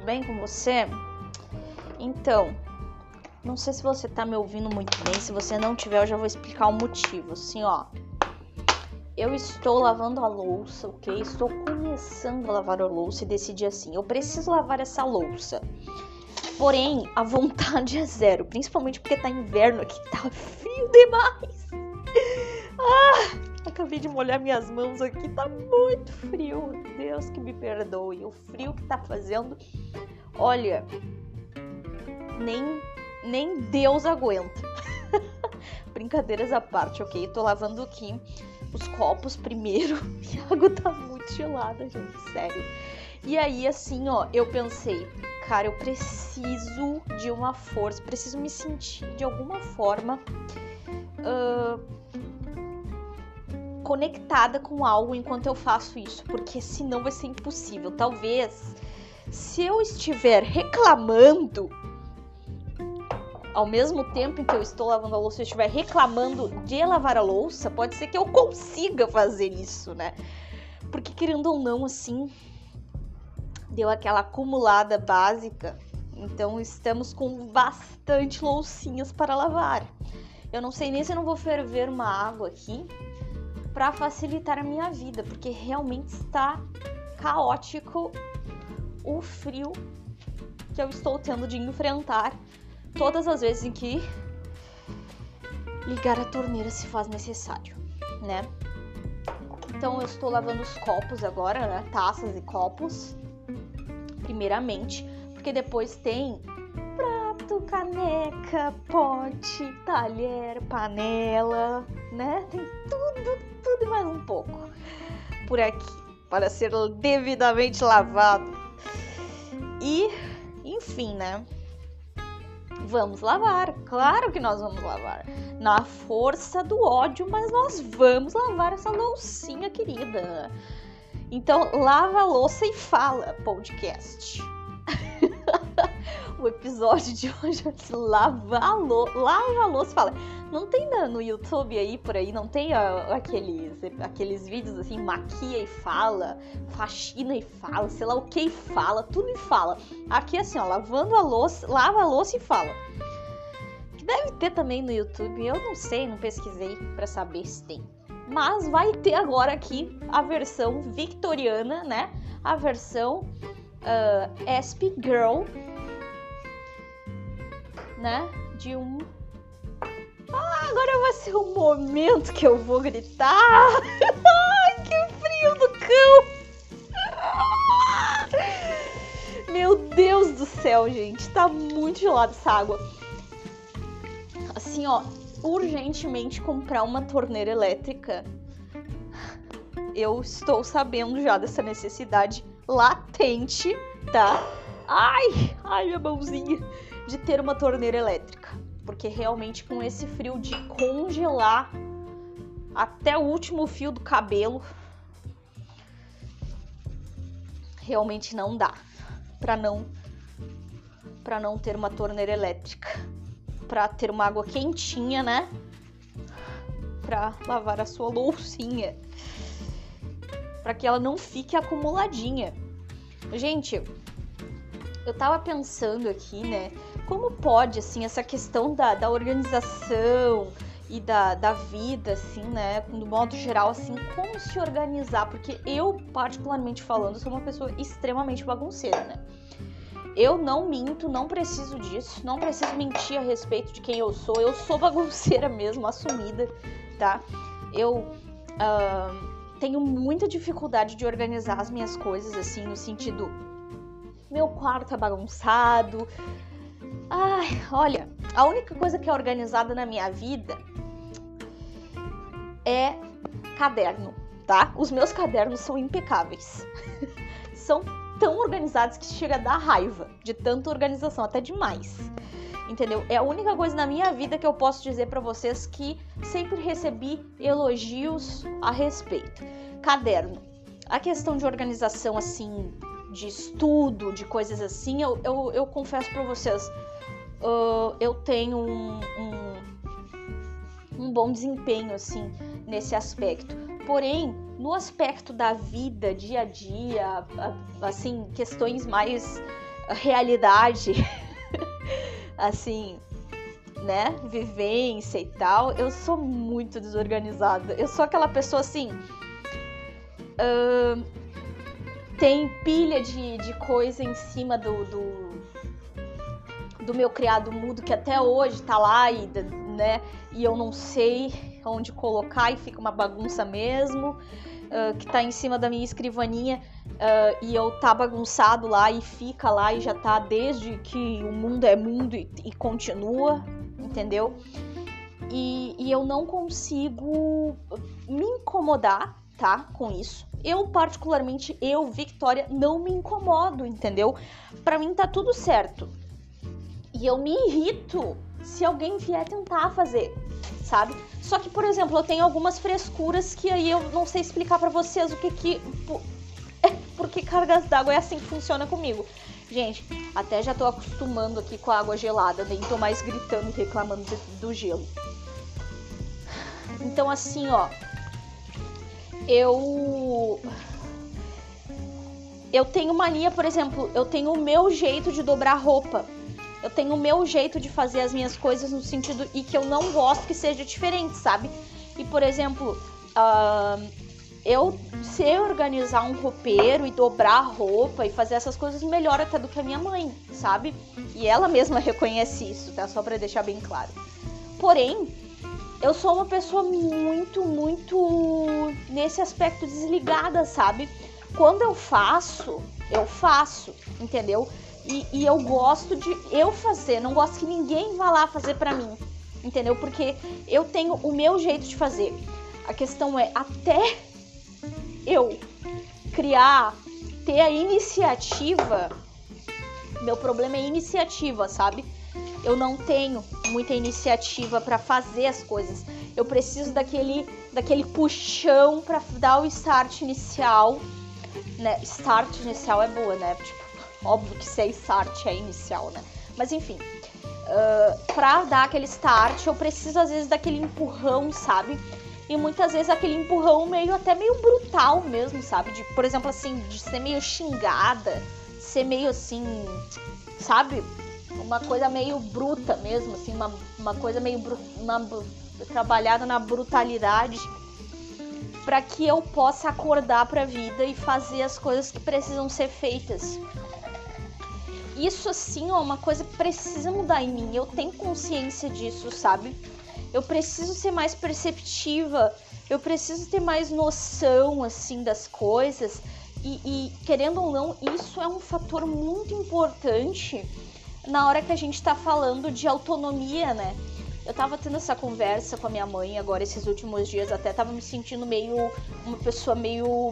bem com você? Então, não sei se você tá me ouvindo muito bem. Se você não tiver, eu já vou explicar o motivo. Assim, ó, eu estou lavando a louça, ok? Estou começando a lavar a louça e decidi assim, eu preciso lavar essa louça. Porém, a vontade é zero, principalmente porque tá inverno aqui, tá frio demais. Acabei de molhar minhas mãos aqui, tá muito frio. Deus que me perdoe, o frio que tá fazendo. Olha, nem Deus aguenta. Brincadeiras à parte, ok? Tô lavando aqui os copos primeiro e a água tá muito gelada, gente, sério. E aí, assim, ó, eu pensei, cara, eu preciso de uma força, preciso me sentir de alguma forma conectada com algo enquanto eu faço isso, porque senão vai ser impossível. Talvez, se eu estiver reclamando, ao mesmo tempo em que eu estou lavando a louça, eu estiver reclamando de lavar a louça, pode ser que eu consiga fazer isso, né? Porque, querendo ou não, assim, deu aquela acumulada básica, então estamos com bastante loucinhas para lavar. Eu não sei nem se eu não vou ferver uma água aqui para facilitar a minha vida, porque realmente está caótico o frio que eu estou tendo de enfrentar todas as vezes em que ligar a torneira se faz necessário, né? Então eu estou lavando os copos agora, né? Taças e copos, primeiramente, porque depois tem prato, caneca, pote, talher, panela, né? Tem tudo e mais um pouco por aqui para ser devidamente lavado. E, enfim, né? Vamos lavar, claro que nós vamos lavar, na força do ódio, mas nós vamos lavar essa loucinha querida. Então, lava a louça e fala, podcast. O episódio de hoje é assim, lava a louça e fala. Não tem no YouTube aí, por aí, não tem aqueles vídeos assim, maquia e fala, faxina e fala, sei lá o que e fala, tudo e fala. Aqui assim, ó, lavando a louça, lava a louça e fala. Que deve ter também no YouTube, eu não sei, não pesquisei pra saber se tem. Mas vai ter agora aqui a versão victoriana, né? A versão SP Girl, né? De um... agora vai ser o momento que eu vou gritar. Ai, que frio do cão. Meu Deus do céu, gente. Tá muito gelada essa água. Assim, ó, urgentemente comprar uma torneira elétrica. Eu estou sabendo já dessa necessidade latente, tá? Ai, minha mãozinha, de ter uma torneira elétrica. Porque realmente com esse frio de congelar até o último fio do cabelo, realmente não dá pra não ter uma torneira elétrica. Pra ter uma água quentinha, né? Pra lavar a sua loucinha. Pra que ela não fique acumuladinha. Gente, eu tava pensando aqui, né? Como pode, assim, essa questão da organização e da vida, assim, né? Do modo geral, assim, como se organizar? Porque eu, particularmente falando, sou uma pessoa extremamente bagunceira, né? Eu não minto, não preciso disso, não preciso mentir a respeito de quem eu sou bagunceira mesmo, assumida, tá? Eu tenho muita dificuldade de organizar as minhas coisas, assim, no sentido, meu quarto é bagunçado. Ai, olha, a única coisa que é organizada na minha vida é caderno, tá? Os meus cadernos são impecáveis. São tão organizados que chega a dar raiva de tanta organização, até demais. Entendeu? É a única coisa na minha vida que eu posso dizer pra vocês que sempre recebi elogios a respeito. Caderno. A questão de organização, assim, de estudo, de coisas assim, eu confesso pra vocês, eu tenho um bom desempenho, assim, nesse aspecto. Porém, no aspecto da vida, dia a dia, assim, questões mais realidade, assim, né, vivência e tal, eu sou muito desorganizada. Eu sou aquela pessoa assim, tem pilha de coisa em cima do meu criado mudo, que até hoje tá lá, né, e eu não sei onde colocar e fica uma bagunça mesmo, que tá em cima da minha escrivaninha, e eu tá bagunçado lá e fica lá e já tá desde que o mundo é mundo e continua, entendeu? E eu não consigo me incomodar, tá, com isso. Eu, particularmente, Victoria, não me incomodo, entendeu? Pra mim tá tudo certo. E eu me irrito se alguém vier tentar fazer, sabe? Só que, por exemplo, eu tenho algumas frescuras que aí eu não sei explicar pra vocês porque cargas d'água é assim que funciona comigo. Gente, até já tô acostumando aqui com a água gelada, nem tô mais gritando e reclamando do gelo. Então, assim, ó, eu tenho mania, por exemplo, eu tenho o meu jeito de dobrar roupa. Eu tenho o meu jeito de fazer as minhas coisas no sentido e que eu não gosto que seja diferente, sabe? E, por exemplo, eu sei organizar um roupeiro e dobrar a roupa e fazer essas coisas melhor até do que a minha mãe, sabe? E ela mesma reconhece isso, tá? Só pra deixar bem claro. Porém, eu sou uma pessoa muito, muito nesse aspecto desligada, sabe? Quando eu faço, entendeu? E eu gosto de eu fazer, não gosto que ninguém vá lá fazer pra mim, entendeu? Porque eu tenho o meu jeito de fazer. A questão é, até eu ter a iniciativa, meu problema é iniciativa, sabe? Eu não tenho muita iniciativa pra fazer as coisas. Eu preciso daquele puxão pra dar o start inicial, né? Start inicial é boa, né? Tipo, óbvio que se é start é inicial, né? Mas enfim, pra dar aquele start, eu preciso às vezes daquele empurrão, sabe? E muitas vezes aquele empurrão até meio brutal mesmo, sabe? De, por exemplo, assim, de ser meio xingada, ser meio assim, sabe? Uma coisa meio bruta mesmo, assim, uma coisa meio trabalhada na brutalidade, para que eu possa acordar pra vida e fazer as coisas que precisam ser feitas. Isso, assim, ó, uma coisa que precisa mudar em mim. Eu tenho consciência disso, sabe? Eu preciso ser mais perceptiva. Eu preciso ter mais noção, assim, das coisas. E querendo ou não, isso é um fator muito importante na hora que a gente tá falando de autonomia, né? Eu tava tendo essa conversa com a minha mãe agora, esses últimos dias. Até tava me sentindo uma pessoa meio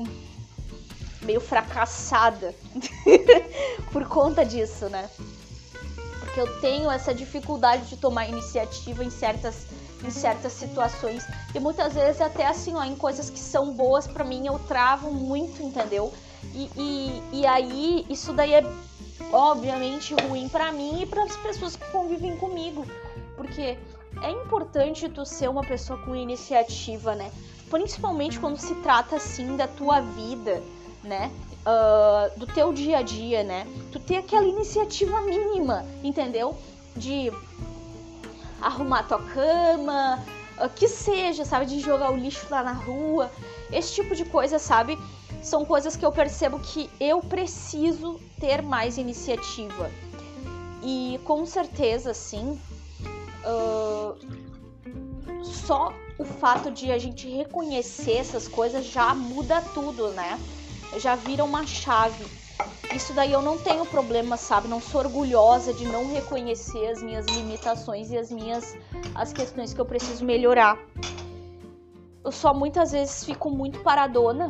fracassada por conta disso, né? Porque eu tenho essa dificuldade de tomar iniciativa em certas situações e muitas vezes até assim, ó, em coisas que são boas pra mim eu travo muito, entendeu? E aí isso daí é obviamente ruim pra mim e para as pessoas que convivem comigo, porque é importante tu ser uma pessoa com iniciativa, né? Principalmente quando se trata assim da tua vida, né? Do teu dia a dia, né? Tu ter aquela iniciativa mínima, entendeu? De arrumar tua cama, que seja, sabe? De jogar o lixo lá na rua, esse tipo de coisa, sabe? São coisas que eu percebo que eu preciso ter mais iniciativa. E com certeza, sim, só o fato de a gente reconhecer essas coisas já muda tudo, né? Já vira uma chave. Isso daí eu não tenho problema, sabe? Não sou orgulhosa de não reconhecer as minhas limitações e as questões que eu preciso melhorar. Eu só muitas vezes fico muito paradona,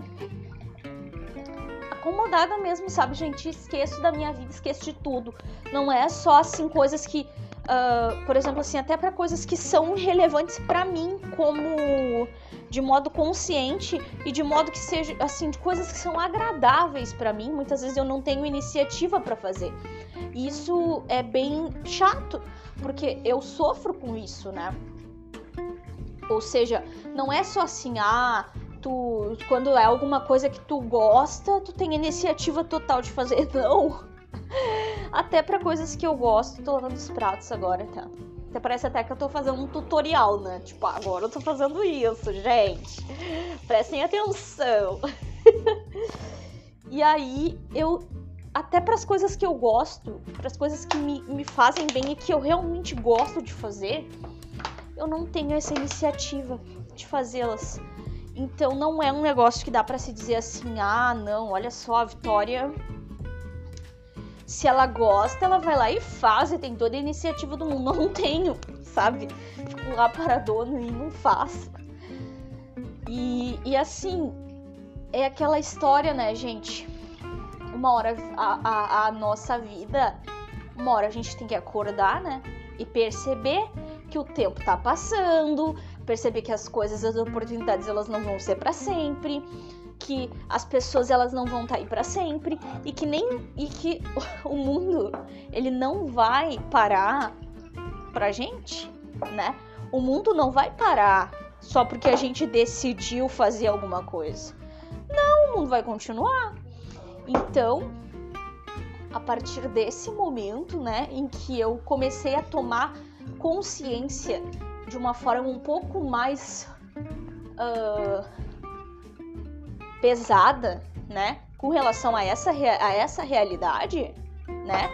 acomodada mesmo, sabe, gente? Esqueço da minha vida, esqueço de tudo. Não é só, assim, coisas que... por exemplo, assim, até para coisas que são relevantes para mim, como de modo consciente e de modo que seja, assim, de coisas que são agradáveis para mim, muitas vezes eu não tenho iniciativa para fazer. E isso é bem chato, porque eu sofro com isso, né? Ou seja, não é só assim, quando é alguma coisa que tu gosta, tu tem iniciativa total de fazer, não. Até pra coisas que eu gosto, tô lavando os pratos agora, tá? Até parece até que eu tô fazendo um tutorial, né? Tipo, agora eu tô fazendo isso, gente. Prestem atenção. E aí, até pras coisas que eu gosto, pras coisas que me fazem bem e que eu realmente gosto de fazer, eu não tenho essa iniciativa de fazê-las. Então não é um negócio que dá pra se dizer assim, ah, não, olha só, a Vitória, se ela gosta, ela vai lá e faz, e tem toda a iniciativa do mundo. Eu não tenho, sabe? Fico lá paradona e não faço. E assim, é aquela história, né, gente? Uma hora a nossa vida, uma hora a gente tem que acordar, né? E perceber que o tempo tá passando, perceber que as coisas, as oportunidades, elas não vão ser pra sempre, que as pessoas, elas não vão estar aí pra sempre, e que o mundo, ele não vai parar pra gente, né? O mundo não vai parar só porque a gente decidiu fazer alguma coisa. Não, o mundo vai continuar. Então, a partir desse momento, né, em que eu comecei a tomar consciência de uma forma um pouco mais pesada, né, com relação a essa realidade, né,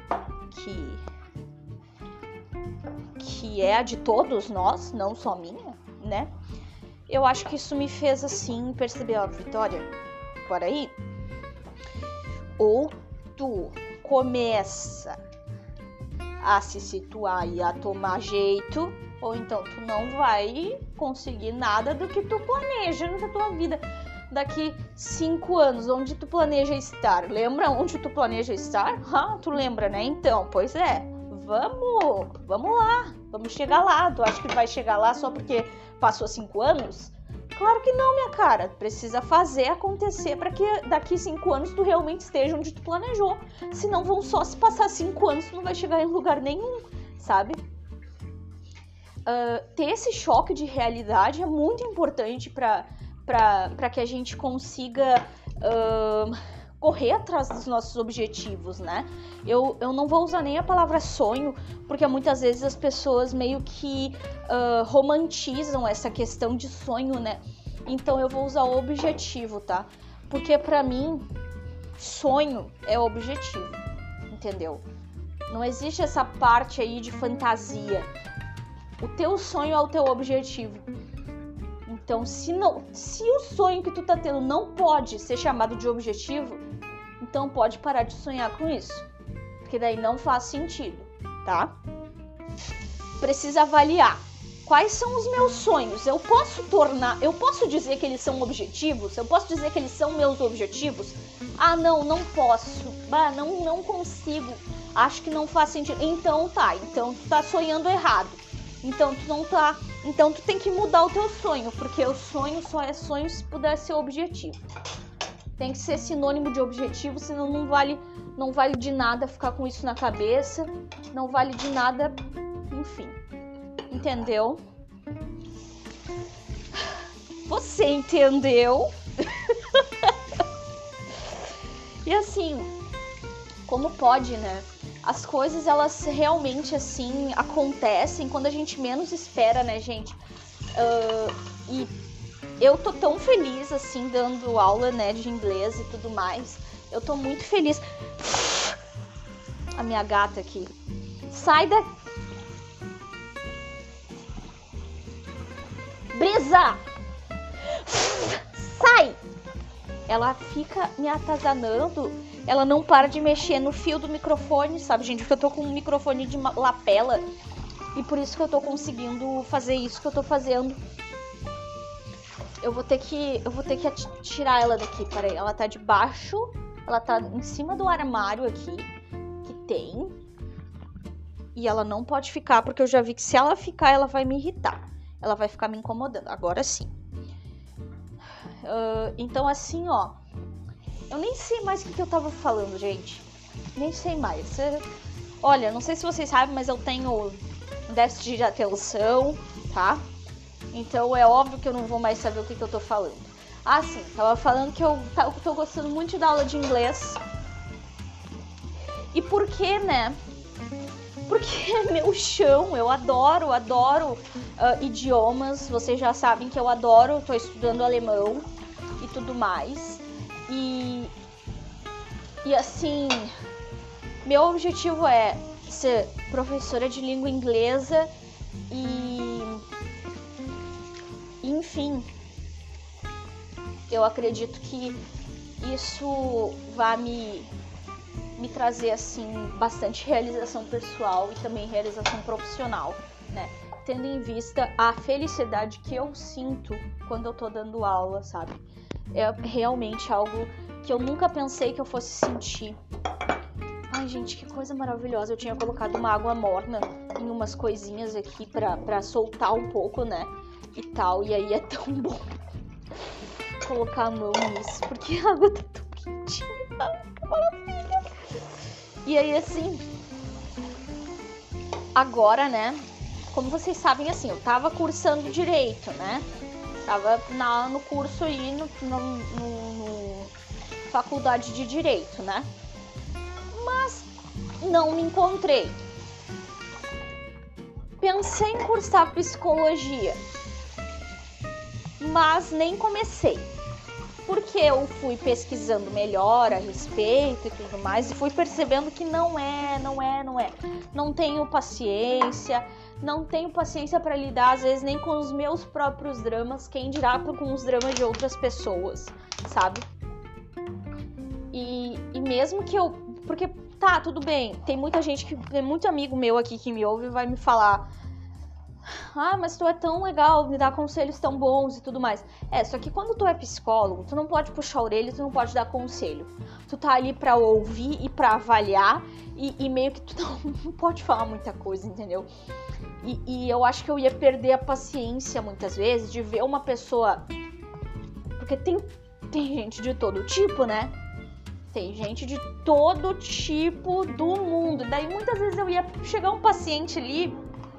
que é a de todos nós, não só minha, né, eu acho que isso me fez, assim, perceber, ó, Vitória, por aí, ou tu começa a se situar e a tomar jeito, ou então tu não vai conseguir nada do que tu planeja na tua vida. Daqui 5 anos, onde tu planeja estar? Lembra onde tu planeja estar? Ah, tu lembra, né? Então, pois é, vamos lá, vamos chegar lá. Tu acha que vai chegar lá só porque passou 5 anos? Claro que não, minha cara. Precisa fazer acontecer para que daqui 5 anos tu realmente esteja onde tu planejou. Senão vão só se passar 5 anos, tu não vai chegar em lugar nenhum, sabe? Ter esse choque de realidade é muito importante para que a gente consiga correr atrás dos nossos objetivos, né? Eu não vou usar nem a palavra sonho, porque muitas vezes as pessoas meio que romantizam essa questão de sonho, né? Então eu vou usar o objetivo, tá? Porque pra mim, sonho é objetivo, entendeu? Não existe essa parte aí de fantasia. O teu sonho é o teu objetivo. Então, se o sonho que tu tá tendo não pode ser chamado de objetivo, então pode parar de sonhar com isso. Porque daí não faz sentido, tá? Precisa avaliar quais são os meus sonhos. Eu posso dizer que eles são objetivos? Eu posso dizer que eles são meus objetivos? Ah, não posso. Ah, não consigo. Acho que não faz sentido. Então tu tá sonhando errado. Então tu não tá. Então tu tem que mudar o teu sonho, porque o sonho só é sonho se puder ser objetivo. Tem que ser sinônimo de objetivo, senão não vale de nada ficar com isso na cabeça, não vale de nada, enfim. Entendeu? Você entendeu? E assim, como pode, né? As coisas, elas realmente, assim, acontecem quando a gente menos espera, né, gente? E eu tô tão feliz, assim, dando aula, né, de inglês e tudo mais. Eu tô muito feliz. A minha gata aqui. Sai da... Brisa! Sai! Ela fica me atazanando. Ela não para de mexer no fio do microfone, sabe, gente? Porque eu tô com um microfone de lapela. E por isso que eu tô conseguindo fazer isso que eu tô fazendo. Eu vou ter que tirar ela daqui, peraí. Ela tá debaixo, ela tá em cima do armário aqui, que tem. E ela não pode ficar, porque eu já vi que se ela ficar, ela vai me irritar. Ela vai ficar me incomodando, agora sim. Então assim, ó. Eu nem sei mais o que eu tava falando, gente. Nem sei mais. Olha, não sei se vocês sabem, mas eu tenho déficit de atenção, tá? Então é óbvio que eu não vou mais saber o que eu tô falando. Ah, sim, tava falando que eu tô gostando muito da aula de inglês. E por que, né? Porque é meu chão, eu adoro idiomas, vocês já sabem que eu adoro, tô estudando alemão e tudo mais. E assim, meu objetivo é ser professora de língua inglesa e enfim, eu acredito que isso vai me trazer assim bastante realização pessoal e também realização profissional, né? Tendo em vista a felicidade que eu sinto quando eu tô dando aula, sabe? É realmente algo que eu nunca pensei que eu fosse sentir. Ai, gente, que coisa maravilhosa. Eu tinha colocado uma água morna em umas coisinhas aqui pra soltar um pouco, né? E tal, e aí é tão bom colocar a mão nisso, porque a água tá tão quentinha. Ai, que maravilha! E aí, assim, agora, né, como vocês sabem, assim, eu tava cursando Direito, né, tava no curso aí, no faculdade de Direito, né, mas não me encontrei. Pensei em cursar Psicologia, mas nem comecei. Porque eu fui pesquisando melhor a respeito e tudo mais e fui percebendo que não é. Não tenho paciência para lidar às vezes nem com os meus próprios dramas, quem dirá com os dramas de outras pessoas, sabe? E mesmo que eu... Porque, tá, tudo bem, tem muita gente, tem muito amigo meu aqui que me ouve e vai me falar: ah, mas tu é tão legal, me dá conselhos tão bons e tudo mais. Só que quando tu é psicólogo, tu não pode puxar a orelha, tu não pode dar conselho. Tu tá ali pra ouvir e pra avaliar e meio que tu não pode falar muita coisa, entendeu? E eu acho que eu ia perder a paciência muitas vezes de ver uma pessoa... Porque tem gente de todo tipo, né? Tem gente de todo tipo do mundo. Daí muitas vezes eu ia chegar um paciente ali...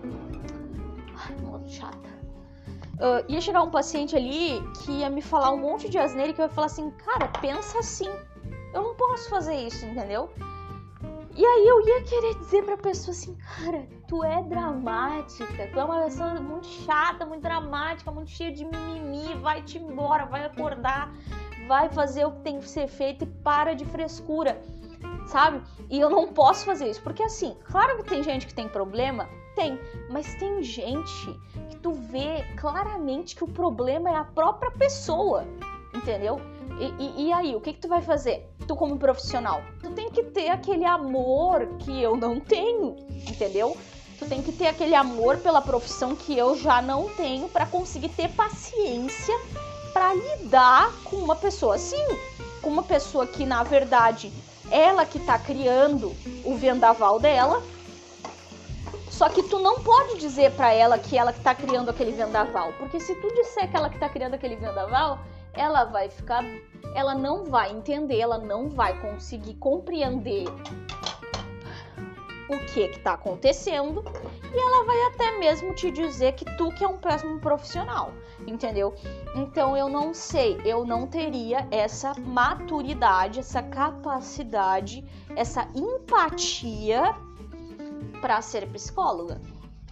chata. Ia chegar um paciente ali que ia me falar um monte de asneira, que eu ia falar assim: cara, pensa assim, eu não posso fazer isso, entendeu? E aí eu ia querer dizer pra pessoa assim: cara, tu é dramática, tu é uma pessoa muito chata, muito dramática, muito cheia de mimimi, vai-te embora, vai acordar, vai fazer o que tem que ser feito e para de frescura, sabe? E eu não posso fazer isso, porque assim, claro que tem gente que tem problema, tem, mas tem gente que tu vê claramente que o problema é a própria pessoa, entendeu? E aí, o que tu vai fazer? Tu como profissional, tu tem que ter aquele amor que eu não tenho, entendeu? Tu tem que ter aquele amor pela profissão que eu já não tenho para conseguir ter paciência para lidar com uma pessoa assim, com uma pessoa que, na verdade, ela que tá criando o vendaval dela. Só que tu não pode dizer pra ela que tá criando aquele vendaval, porque se tu disser que ela que tá criando aquele vendaval, ela não vai entender, ela não vai conseguir compreender o que tá acontecendo, e ela vai até mesmo te dizer que tu que é um péssimo profissional, entendeu? Então eu não sei, eu não teria essa maturidade, essa capacidade, essa empatia para ser psicóloga.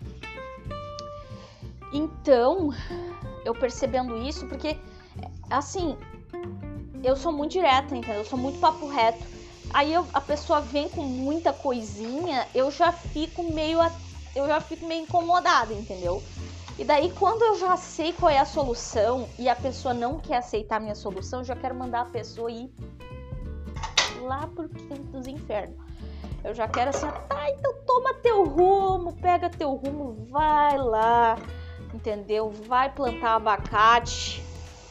Então, eu percebendo isso, porque assim, eu sou muito direta, entendeu? Eu sou muito papo reto. Aí a pessoa vem com muita coisinha, eu já fico meio incomodada, entendeu? E daí, quando eu já sei qual é a solução e a pessoa não quer aceitar a minha solução, eu já quero mandar a pessoa ir lá pro quinto dos infernos. Eu já quero assim: tá, então toma teu rumo, pega teu rumo, vai lá, entendeu? Vai plantar abacate,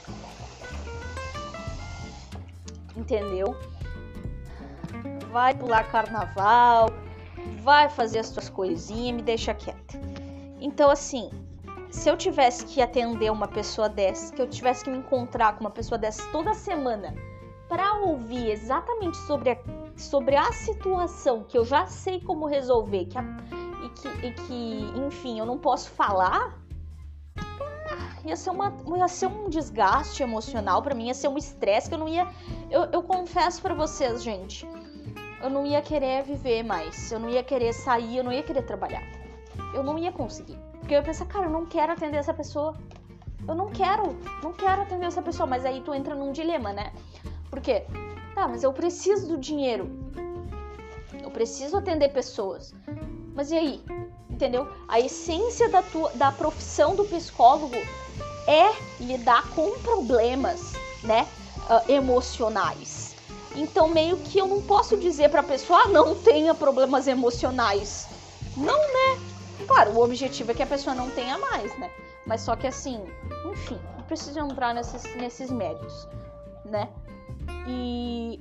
entendeu? Vai pular carnaval, vai fazer as tuas coisinhas, me deixa quieta. Então, assim, se eu tivesse que atender uma pessoa dessa, que eu tivesse que me encontrar com uma pessoa dessa toda semana para ouvir exatamente sobre a situação que eu já sei como resolver e que, enfim, eu não posso falar, ia ser um desgaste emocional para mim, ia ser um estresse que eu não ia... Eu confesso para vocês, gente, eu não ia querer viver mais, eu não ia querer sair, eu não ia querer trabalhar. Eu não ia conseguir. Porque eu ia pensar, cara, eu não quero atender essa pessoa. Eu não quero atender essa pessoa. Mas aí tu entra num dilema, né? Por quê? Tá, mas eu preciso do dinheiro. Eu preciso atender pessoas. Mas e aí? Entendeu? A essência da profissão do psicólogo é lidar com problemas, né? Emocionais. Então, meio que eu não posso dizer pra pessoa, não tenha problemas emocionais. Não, né? Claro, o objetivo é que a pessoa não tenha mais, né? Mas só que assim, enfim, não preciso entrar nesses méritos, né? E...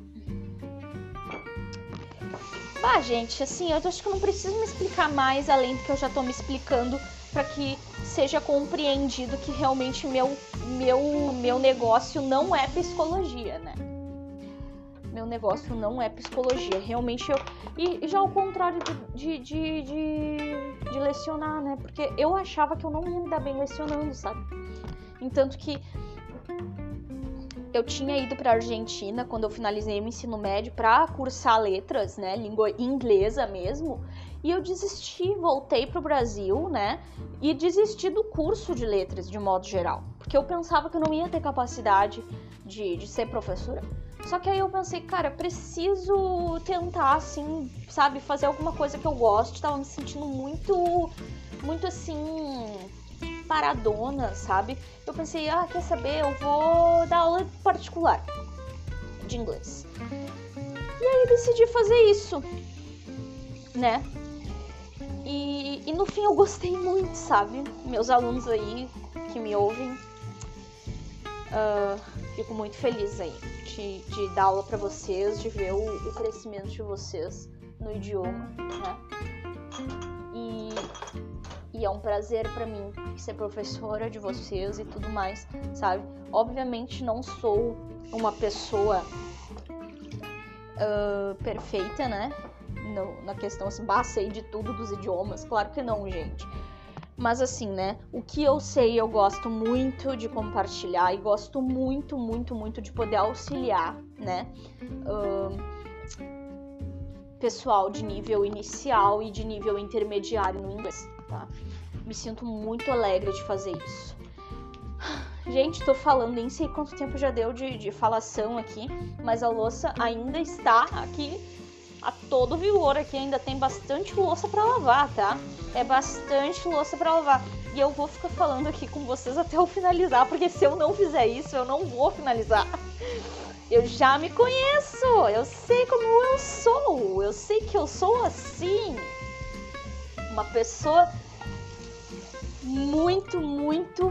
gente, assim, eu acho que eu não preciso me explicar mais além do que eu já tô me explicando para que seja compreendido que realmente meu negócio não é psicologia, né? Meu negócio não é psicologia. Realmente E já ao contrário de lecionar, né? Porque eu achava que eu não ia me dar bem lecionando, sabe? Entanto que eu tinha ido pra Argentina quando eu finalizei o ensino médio pra cursar letras, né? Língua inglesa mesmo. E eu desisti, voltei pro Brasil, né? E desisti do curso de letras, de modo geral. Porque eu pensava que eu não ia ter capacidade de ser professora. Só que aí eu pensei, cara, preciso tentar, assim, sabe, fazer alguma coisa que eu gosto. Tava me sentindo muito assim, paradona, sabe? Eu pensei, quer saber, eu vou dar aula particular de inglês. E aí eu decidi fazer isso, né? E no fim eu gostei muito, sabe? Meus alunos aí que me ouvem, fico muito feliz aí de dar aula pra vocês, de ver o crescimento de vocês no idioma, né? E é um prazer pra mim ser professora de vocês e tudo mais, sabe? Obviamente não sou uma pessoa perfeita, né? Na questão assim, sei de tudo dos idiomas, claro que não, gente. Mas assim, né, o que eu sei eu gosto muito de compartilhar e gosto muito, muito, muito de poder auxiliar, né, pessoal de nível inicial e de nível intermediário no inglês, tá? Me sinto muito alegre de fazer isso. Gente, tô falando, nem sei quanto tempo já deu de falação aqui, mas a louça ainda está aqui a todo vigor aqui, ainda tem bastante louça pra lavar, tá? É bastante louça pra lavar. E eu vou ficar falando aqui com vocês até eu finalizar, porque se eu não fizer isso, eu não vou finalizar. Eu já me conheço, eu sei como eu sou, eu sei que eu sou assim. Uma pessoa muito, muito,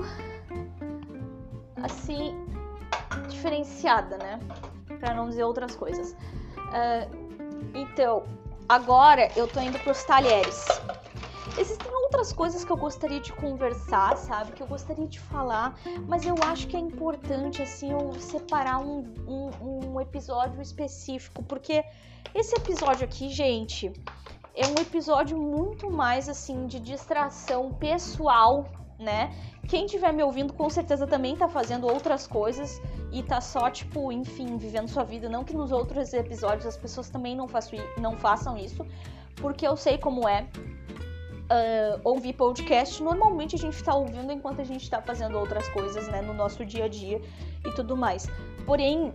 assim, diferenciada, né? Pra não dizer outras coisas. Então, agora eu tô indo pros talheres. Existem outras coisas que eu gostaria de conversar, sabe? Que eu gostaria de falar, mas eu acho que é importante, assim, eu separar um episódio específico, porque esse episódio aqui, gente, é um episódio muito mais, assim, de distração pessoal, né? Quem estiver me ouvindo com certeza também tá fazendo outras coisas e tá só, tipo, enfim, vivendo sua vida. Não que nos outros episódios as pessoas também não façam isso, porque eu sei como é ouvir podcast. Normalmente a gente tá ouvindo enquanto a gente tá fazendo outras coisas, né, no nosso dia a dia e tudo mais. Porém,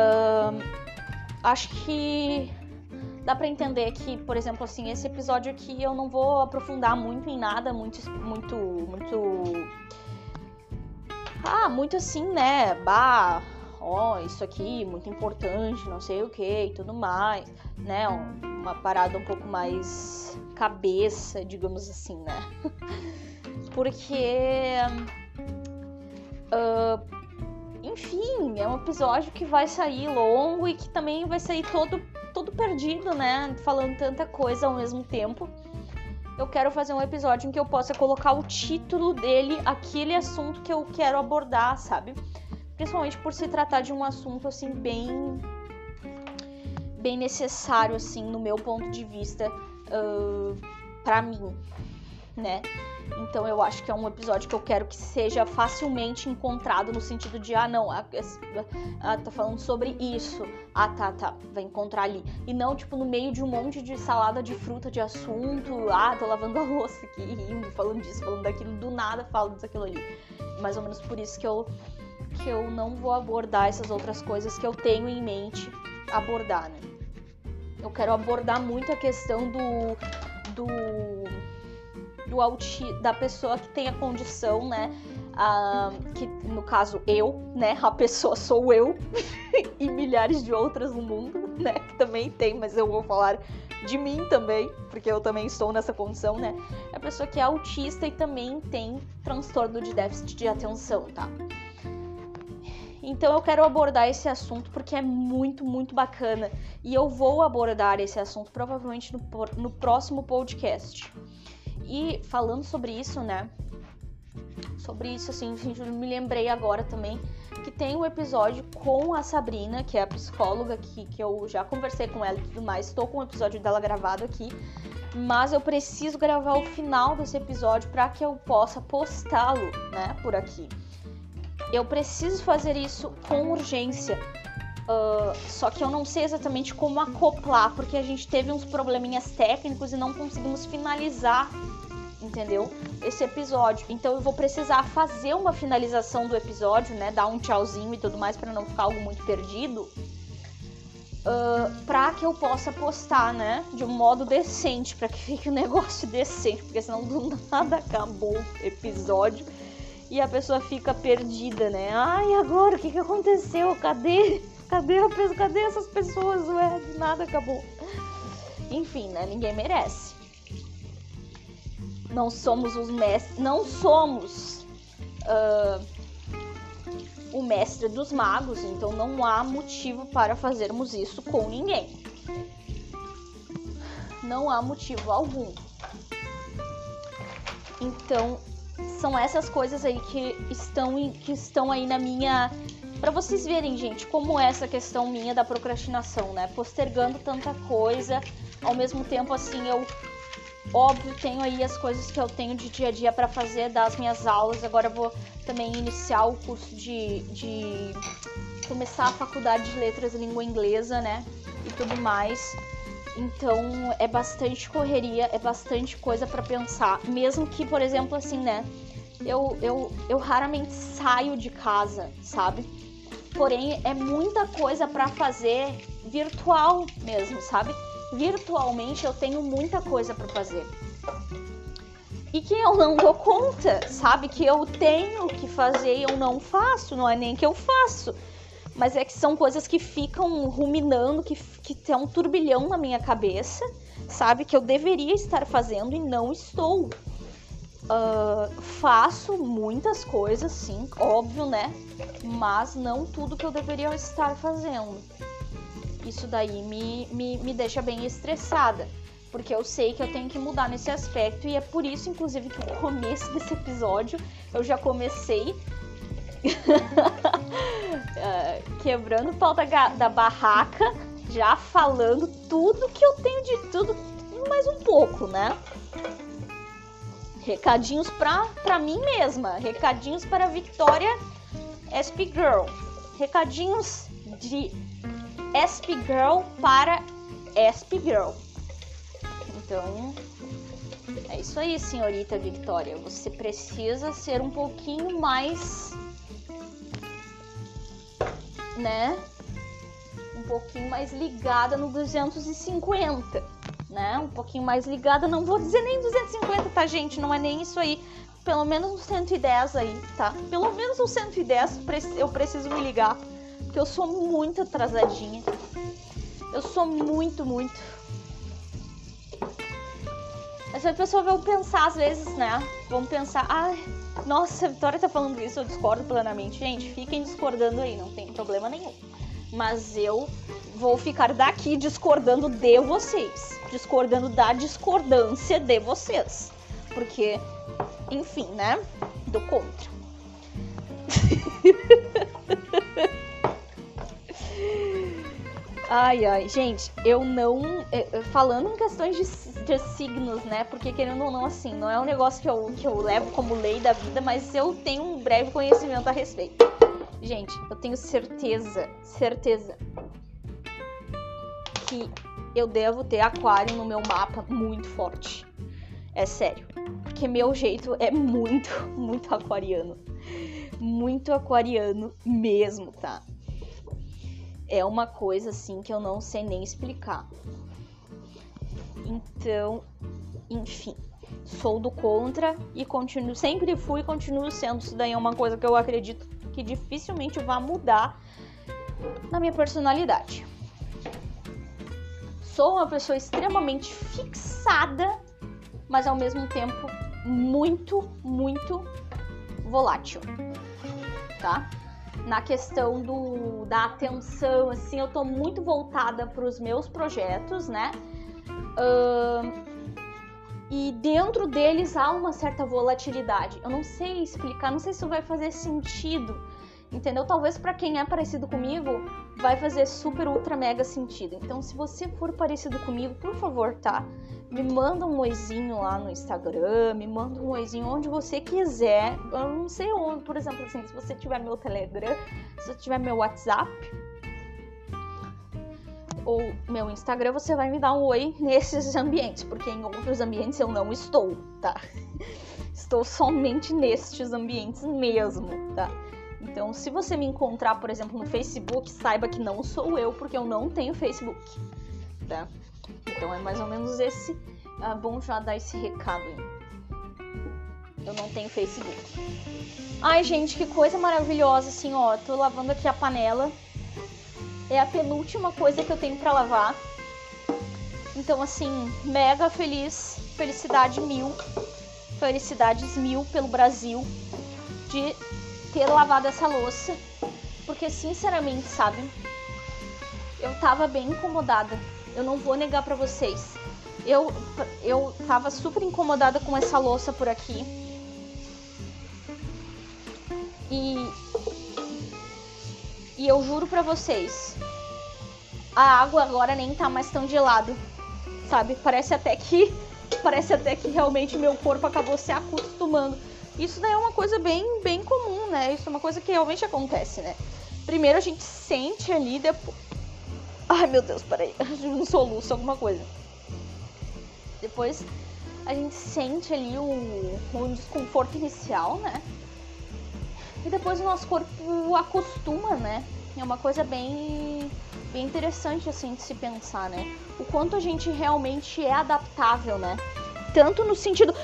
acho que dá pra entender que, por exemplo, assim, esse episódio aqui eu não vou aprofundar muito em nada, muito assim, né, isso aqui, muito importante, não sei o que e tudo mais, né, uma parada um pouco mais cabeça, digamos assim, né, porque, enfim, é um episódio que vai sair longo e que também vai sair todo perdido, né, falando tanta coisa ao mesmo tempo. Eu quero fazer um episódio em que eu possa colocar o título dele, aquele assunto que eu quero abordar, sabe? Principalmente por se tratar de um assunto, assim, bem necessário, assim, no meu ponto de vista, pra mim, né? Então eu acho que é um episódio que eu quero que seja facilmente encontrado no sentido de, tá falando sobre isso. Tá, vai encontrar ali. E não, tipo, no meio de um monte de salada de fruta, de assunto. Tô lavando a louça aqui, rindo, falando disso, falando daquilo, do nada falo daquilo ali. Mais ou menos por isso que eu não vou abordar essas outras coisas que eu tenho em mente abordar, né? Eu quero abordar muito a questão da pessoa que tem a condição, né? Que no caso eu, né? A pessoa sou eu e milhares de outras no mundo, né? Que também tem, mas eu vou falar de mim também, porque eu também estou nessa condição, né? A pessoa que é autista e também tem transtorno de déficit de atenção, tá? Então eu quero abordar esse assunto porque é muito, muito bacana. E eu vou abordar esse assunto provavelmente no próximo podcast. E falando sobre isso, né? Sobre isso, assim, eu me lembrei agora também que tem um episódio com a Sabrina, que é a psicóloga que eu já conversei com ela e tudo mais. Estou com o episódio dela gravado aqui. Mas eu preciso gravar o final desse episódio para que eu possa postá-lo, né? Por aqui. Eu preciso fazer isso com urgência, só que eu não sei exatamente como acoplar, porque a gente teve uns probleminhas técnicos e não conseguimos finalizar, entendeu? Esse episódio. Então eu vou precisar fazer uma finalização do episódio, né? Dar um tchauzinho e tudo mais para não ficar algo muito perdido, para que eu possa postar, né? De um modo decente, para que fique um negócio decente, porque senão do nada acabou o episódio. E a pessoa fica perdida, né? Ai, agora o que aconteceu? Cadê essas pessoas? Ué, de nada acabou. Enfim, né? Ninguém merece. Não somos os mestres. Não somos o mestre dos magos. Então não há motivo para fazermos isso com ninguém. Não há motivo algum. Então são essas coisas aí que estão aí na minha... Pra vocês verem, gente, como é essa questão minha da procrastinação, né? Postergando tanta coisa, ao mesmo tempo, assim, eu, óbvio, tenho aí as coisas que eu tenho de dia a dia pra fazer, das minhas aulas. Agora eu vou também iniciar o curso de começar a faculdade de letras e língua inglesa, né? E tudo mais. Então, é bastante correria, é bastante coisa pra pensar. Mesmo que, por exemplo, assim, né? Eu raramente saio de casa, sabe? Porém, é muita coisa pra fazer virtual mesmo, sabe? Virtualmente eu tenho muita coisa pra fazer. E que eu não dou conta, sabe? Que eu tenho que fazer e eu não faço, não é nem que eu faço. Mas é que são coisas que ficam ruminando, que tem um turbilhão na minha cabeça, sabe? Que eu deveria estar fazendo e não estou. Faço muitas coisas, sim, óbvio, né? Mas não tudo que eu deveria estar fazendo. Isso daí me deixa bem estressada, porque eu sei que eu tenho que mudar nesse aspecto. E é por isso, inclusive, que no começo desse episódio eu já comecei quebrando o pau da barraca, já falando tudo que eu tenho de tudo, mais um pouco, né? Recadinhos pra mim mesma. Recadinhos para Victoria SP Girl. Recadinhos de SP Girl para SP Girl. Então, é isso aí, senhorita Victoria. Você precisa ser um pouquinho mais, né? Um pouquinho mais ligada no 250. Né? Um pouquinho mais ligada, não vou dizer nem 250, tá, gente? Não é nem isso aí. Pelo menos uns 110 aí, tá? Pelo menos uns 110 eu preciso me ligar, porque eu sou muito atrasadinha. Eu sou muito. Mas a pessoa vai pensar às vezes, né? Vão pensar, nossa, a Vitória tá falando isso, eu discordo plenamente. Gente, fiquem discordando aí, não tem problema nenhum. Mas eu vou ficar daqui discordando de vocês. Discordando da discordância de vocês. Porque, enfim, né? Do contra. Ai, gente, eu não... Falando em questões de signos, né? Porque querendo ou não, assim, não é um negócio que eu levo como lei da vida, mas eu tenho um breve conhecimento a respeito. Gente, eu tenho certeza que eu devo ter aquário no meu mapa muito forte. É sério. Porque meu jeito é muito aquariano. Muito aquariano mesmo, tá? É uma coisa assim que eu não sei nem explicar. Então, enfim, sou do contra e sempre fui e continuo sendo. Isso daí é uma coisa que eu acredito que dificilmente vai mudar na minha personalidade. Sou uma pessoa extremamente fixada, mas ao mesmo tempo muito volátil, tá? Na questão da atenção, assim, eu tô muito voltada para os meus projetos, né? E dentro deles há uma certa volatilidade. Eu não sei explicar, não sei se isso vai fazer sentido, entendeu? Talvez para quem é parecido comigo, vai fazer super, ultra, mega sentido. Então, se você for parecido comigo, por favor, tá? Me manda um oizinho lá no Instagram, me manda um oizinho onde você quiser. Eu não sei onde, por exemplo, assim, se você tiver meu Telegram, se você tiver meu WhatsApp ou meu Instagram, você vai me dar um oi nesses ambientes, porque em outros ambientes eu não estou, tá? Estou somente nestes ambientes mesmo, tá? Então, se você me encontrar, por exemplo, no Facebook, saiba que não sou eu, porque eu não tenho Facebook, tá? Então, é mais ou menos esse... bom já dar esse recado aí. Eu não tenho Facebook. Ai, gente, que coisa maravilhosa, assim, ó. Tô lavando aqui a panela. É a penúltima coisa que eu tenho pra lavar. Então, assim, mega feliz. Felicidade mil. Felicidades mil pelo Brasil. De ter lavado essa louça. Porque, sinceramente, sabe? Eu tava bem incomodada. Eu não vou negar pra vocês. Eu tava super incomodada com essa louça por aqui. E eu juro pra vocês, a água agora nem tá mais tão gelada, sabe? Parece até que realmente meu corpo acabou se acostumando. Isso daí é uma coisa bem comum, né? Isso é uma coisa que realmente acontece, né? Primeiro a gente sente ali, depois... Ai, meu Deus, peraí. Um soluço, alguma coisa. Depois a gente sente ali um desconforto inicial, né? E depois o nosso corpo acostuma, né? É uma coisa bem interessante, assim, de se pensar, né? O quanto a gente realmente é adaptável, né? Tanto no sentido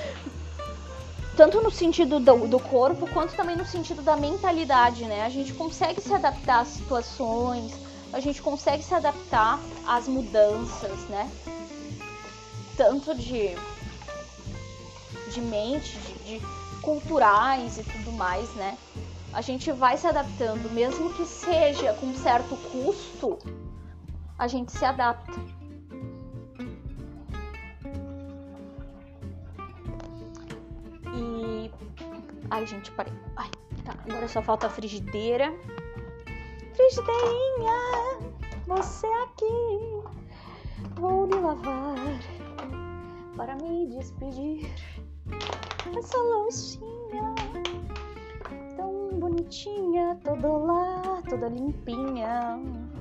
do corpo, quanto também no sentido da mentalidade, né? A gente consegue se adaptar às situações, a gente consegue se adaptar às mudanças, né? Tanto de mente, de culturais e tudo mais, né? A gente vai se adaptando, mesmo que seja com certo custo, a gente se adapta. E... Ai, gente, parei. Ai, tá. Agora só falta a frigideira. Frigideirinha, você aqui. Vou lhe lavar para me despedir. Essa loucinha tão bonitinha, toda limpinha.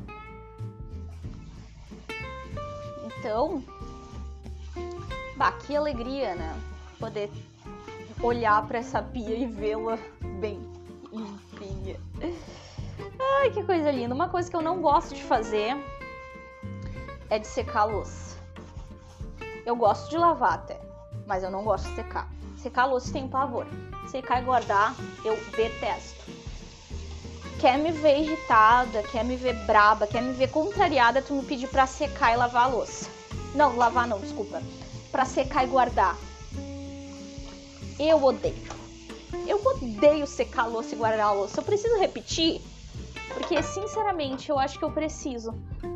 Então, que alegria, né? Poder olhar para essa pia e vê-la bem limpinha. Ai, que coisa linda. Uma coisa que eu não gosto de fazer é de secar a louça. Eu gosto de lavar até, mas eu não gosto de secar. Secar a louça tem pavor. Secar e guardar, eu detesto. Quer me ver irritada, quer me ver braba, quer me ver contrariada, tu me pedir pra secar e lavar a louça. Não, lavar não, desculpa. Pra secar e guardar. Eu odeio. Eu odeio secar a louça e guardar a louça. Eu preciso repetir? Porque, sinceramente, eu acho que eu preciso.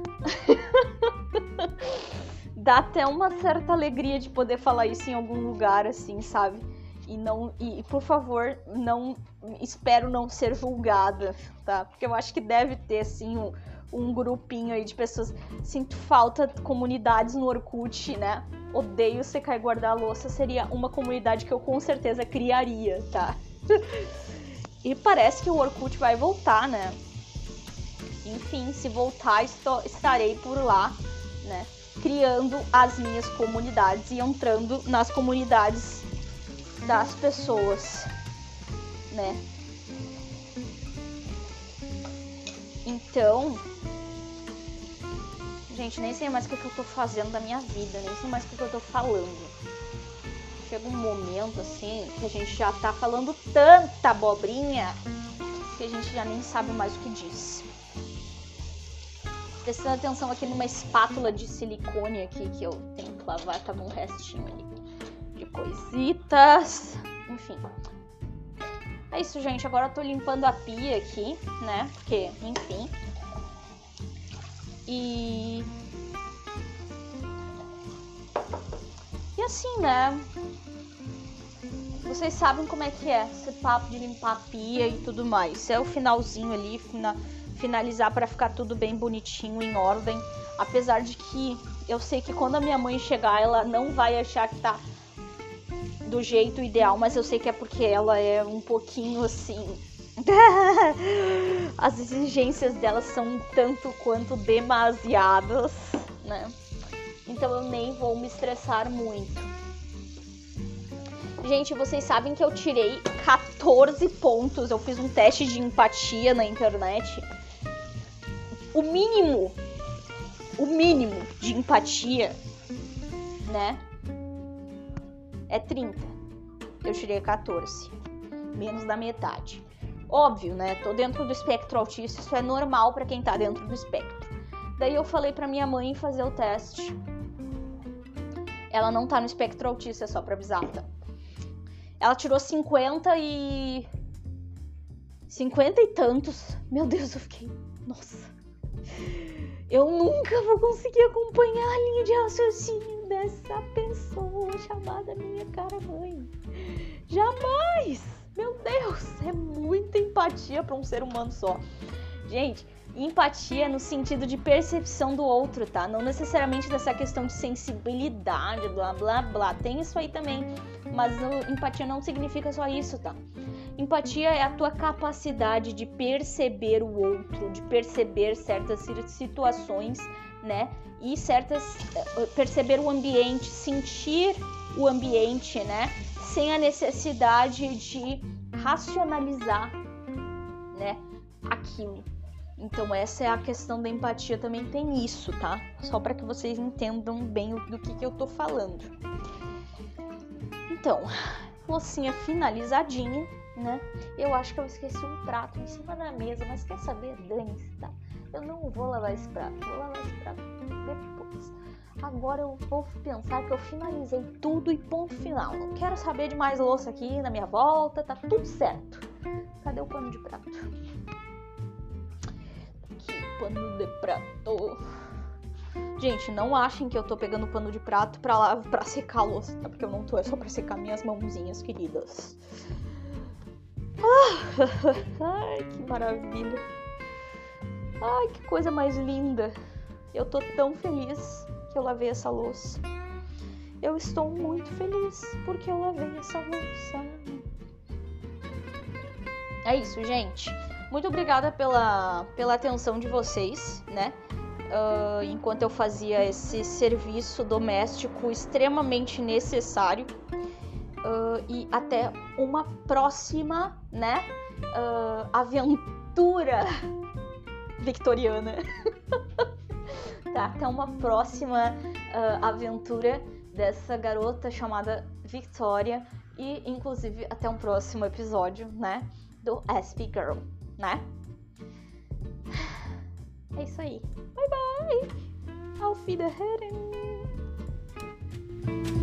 Dá até uma certa alegria de poder falar isso em algum lugar, assim, sabe? E por favor, espero não ser julgada, tá? Porque eu acho que deve ter, assim, um grupinho aí de pessoas. Sinto falta de comunidades no Orkut, né? odeio secar e guardar a louça, seria uma comunidade que eu com certeza criaria, tá? E parece que o Orkut vai voltar, né? Enfim, se voltar, estarei por lá, né? Criando as minhas comunidades e entrando nas comunidades das pessoas, né? Então, gente, nem sei mais o que eu tô fazendo da minha vida, nem sei mais o que eu tô falando. Chega um momento, assim, que a gente já tá falando tanta abobrinha que a gente já nem sabe mais o que diz. Prestando atenção aqui numa espátula de silicone aqui que eu tenho que lavar, tava um restinho ali de coisitas. Enfim. É isso, gente. Agora eu tô limpando a pia aqui, né? Porque, enfim. E assim, né? Vocês sabem como é que é esse papo de limpar a pia e tudo mais. É o finalzinho ali, finalizar para ficar tudo bem bonitinho, em ordem. Apesar de que eu sei que quando a minha mãe chegar, ela não vai achar que tá do jeito ideal, mas eu sei que é porque ela é um pouquinho assim... As exigências dela são um tanto quanto demasiadas, né? Então eu nem vou me estressar muito. Gente, vocês sabem que eu tirei 14 pontos. Eu fiz um teste de empatia na internet. O mínimo de empatia, né, é 30. Eu tirei 14. Menos da metade. Óbvio, né? Tô dentro do espectro autista. Isso é normal pra quem tá dentro do espectro. Daí eu falei pra minha mãe fazer o teste. Ela não tá no espectro autista, é só pra avisar, tá? Ela tirou 50 e tantos. Meu Deus, eu fiquei... Nossa. Eu nunca vou conseguir acompanhar a linha de raciocínio dessa pessoa chamada minha cara mãe. Jamais! Meu Deus, é muita empatia pra um ser humano só. Gente, empatia no sentido de percepção do outro, tá? Não necessariamente dessa questão de sensibilidade, blá blá blá. Tem isso aí também, mas empatia não significa só isso, tá? Empatia é a tua capacidade de perceber o outro, de perceber certas situações, né? E perceber o ambiente, sentir o ambiente, né? Sem a necessidade de racionalizar, né, aquilo. Então essa é a questão da empatia, também tem isso, tá? Só para que vocês entendam bem do que eu tô falando. Então, loucinha finalizadinha, né? Eu acho que eu esqueci um prato em cima da mesa, mas quer saber? Dane-se, tá? Eu não vou lavar esse prato, vou lavar esse prato depois. Agora eu vou pensar que eu finalizei tudo e ponto final. Não quero saber de mais louça aqui na minha volta, tá tudo certo. Cadê o pano de prato? Aqui, pano de prato. Gente, não achem que eu tô pegando pano de prato pra secar a louça, tá? Porque eu não tô, é só pra secar minhas mãozinhas queridas. Ai, que maravilha. Ai, que coisa mais linda. Eu tô tão feliz que eu lavei essa louça. Eu estou muito feliz porque eu lavei essa louça. É isso, gente. Muito obrigada pela atenção de vocês, né? Enquanto eu fazia esse serviço doméstico extremamente necessário. E até uma próxima, né? Aventura victoriana. Tá, até uma próxima aventura dessa garota chamada Victoria. E, inclusive, até um próximo episódio, né? Do SP Girl, né? É isso aí. Bye, bye! Auf Wiederhören!